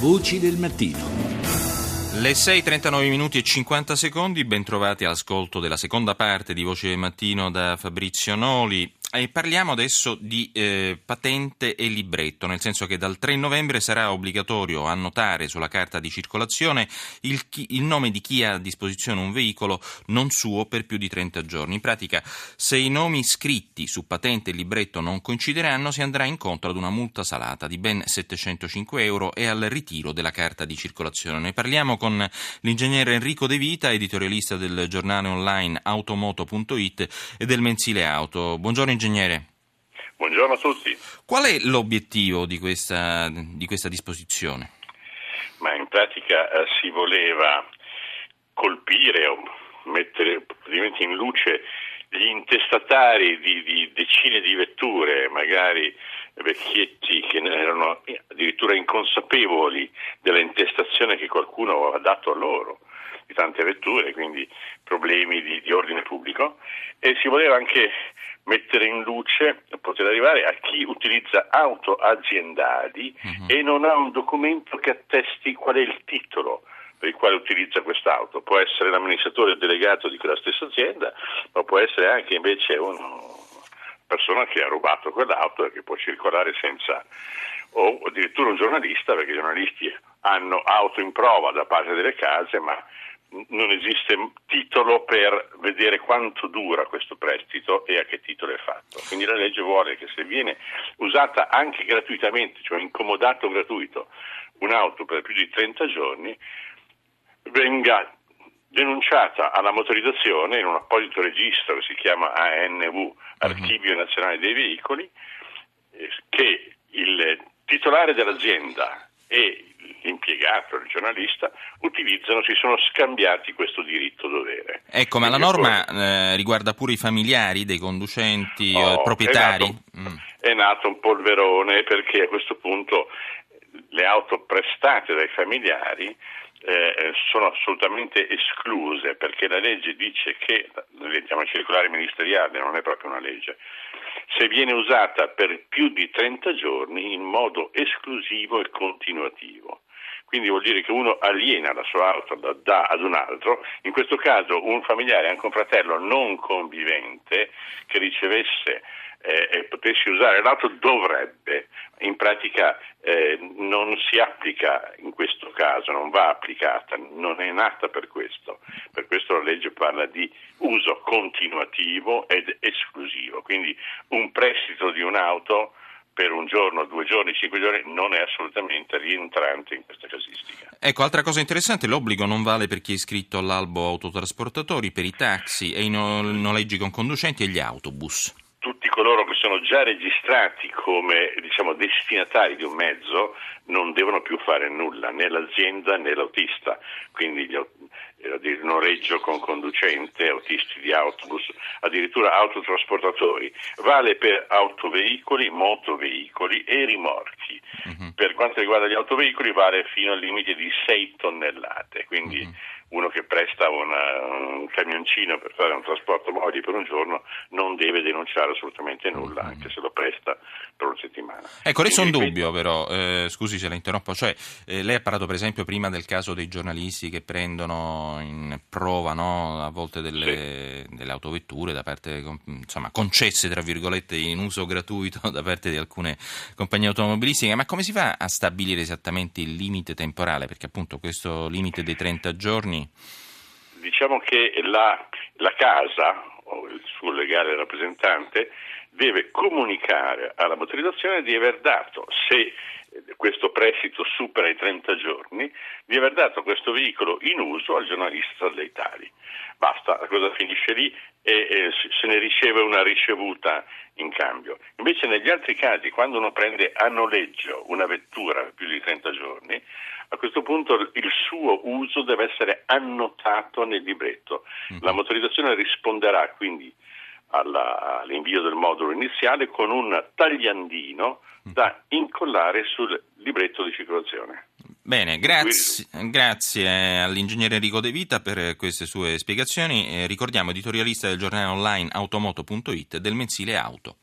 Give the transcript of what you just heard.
Voci del mattino. Le 6:39 minuti e 50 secondi, ben trovati all'ascolto della seconda parte di Voci del Mattino da Fabrizio Noli. E parliamo adesso di patente e libretto, nel senso che dal 3 novembre sarà obbligatorio annotare sulla carta di circolazione il nome di chi ha a disposizione un veicolo non suo per più di 30 giorni. In pratica, se i nomi scritti su patente e libretto non coincideranno, si andrà incontro ad una multa salata di ben 705 euro e al ritiro della carta di circolazione. Ne parliamo con l'ingegnere Enrico De Vita, editorialista del giornale online automoto.it e del mensile Auto. Buongiorno ingegnere. Buongiorno a tutti. Qual è l'obiettivo di questa disposizione? Ma in pratica si voleva colpire o mettere praticamente in luce gli intestatari di decine di vetture, magari vecchietti che erano addirittura inconsapevoli della intestazione che qualcuno aveva dato a loro di tante vetture, quindi problemi di ordine pubblico, e si voleva anche mettere in luce, poter arrivare a chi utilizza auto aziendali e non ha un documento che attesti qual è il titolo per il quale utilizza quest'auto. Può essere l'amministratore delegato di quella stessa azienda, ma può essere anche invece una persona che ha rubato quell'auto e che può circolare senza, o addirittura un giornalista, perché i giornalisti hanno auto in prova da parte delle case, ma non esiste titolo per vedere quanto dura questo prestito e a che titolo è fatto. Quindi la legge vuole che se viene usata anche gratuitamente, cioè in comodato gratuito, un'auto per più di 30 giorni, venga denunciata alla motorizzazione in un apposito registro che si chiama ANV, Archivio Nazionale dei Veicoli, che il titolare dell'azienda e l'impiegato, il giornalista, si sono scambiati questo diritto-dovere. Ecco, ma la norma riguarda pure i familiari dei conducenti, proprietari? È nato un polverone, perché a questo punto le auto prestate dai familiari sono assolutamente escluse, perché la legge dice che, leggiamo circolare ministeriale, non è proprio una legge, se viene usata per più di 30 giorni in modo esclusivo e continuativo. Quindi vuol dire che uno aliena la sua auto, la dà ad un altro, in questo caso un familiare, anche un fratello non convivente che ricevesse e potesse usare l'auto dovrebbe. In pratica non si applica in questo caso, non va applicata, non è nata per questo. Per questo la legge parla di uso continuativo ed esclusivo, quindi un prestito di un'auto per un giorno, 2 giorni, 5 giorni non è assolutamente rientrante in questa casistica. Ecco, altra cosa interessante, l'obbligo non vale per chi è iscritto all'albo autotrasportatori, per i taxi e i noleggi con conducenti e gli autobus. Tutti coloro che sono già registrati come, destinatari di un mezzo non devono più fare nulla, né l'azienda né l'autista, quindi il noleggio con conducente, autisti di autobus, addirittura autotrasportatori. Vale per autoveicoli, motoveicoli e rimorchi. Per quanto riguarda gli autoveicoli vale fino al limite di 6 tonnellate, quindi uno che presta un camioncino per fare un trasporto mobili per un giorno non deve denunciare assolutamente nulla, anche se lo presta per una settimana. Ecco, adesso un dubbio però, scusi se la interrompo, cioè lei ha parlato per esempio prima del caso dei giornalisti che prendono in prova, no, a volte delle autovetture da parte, concesse tra virgolette in uso gratuito da parte di alcune compagnie automobilistiche, ma come si fa a stabilire esattamente il limite temporale? Perché appunto questo limite dei 30 giorni. Diciamo che la casa o il suo legale rappresentante deve comunicare alla motorizzazione di aver dato, se questo prestito supera i 30 giorni, di aver dato questo veicolo in uso al giornalista dei tali. Basta, la cosa finisce lì e se ne riceve una ricevuta in cambio. Invece negli altri casi, quando uno prende a noleggio una vettura per più di 30 giorni, a questo punto il suo uso deve essere annotato nel libretto. La motorizzazione risponderà quindi all'invio del modulo iniziale con un tagliandino da incollare sul libretto di circolazione. Bene, grazie all'ingegnere Enrico De Vita per queste sue spiegazioni. Ricordiamo editorialista del giornale online automoto.it e del mensile Auto.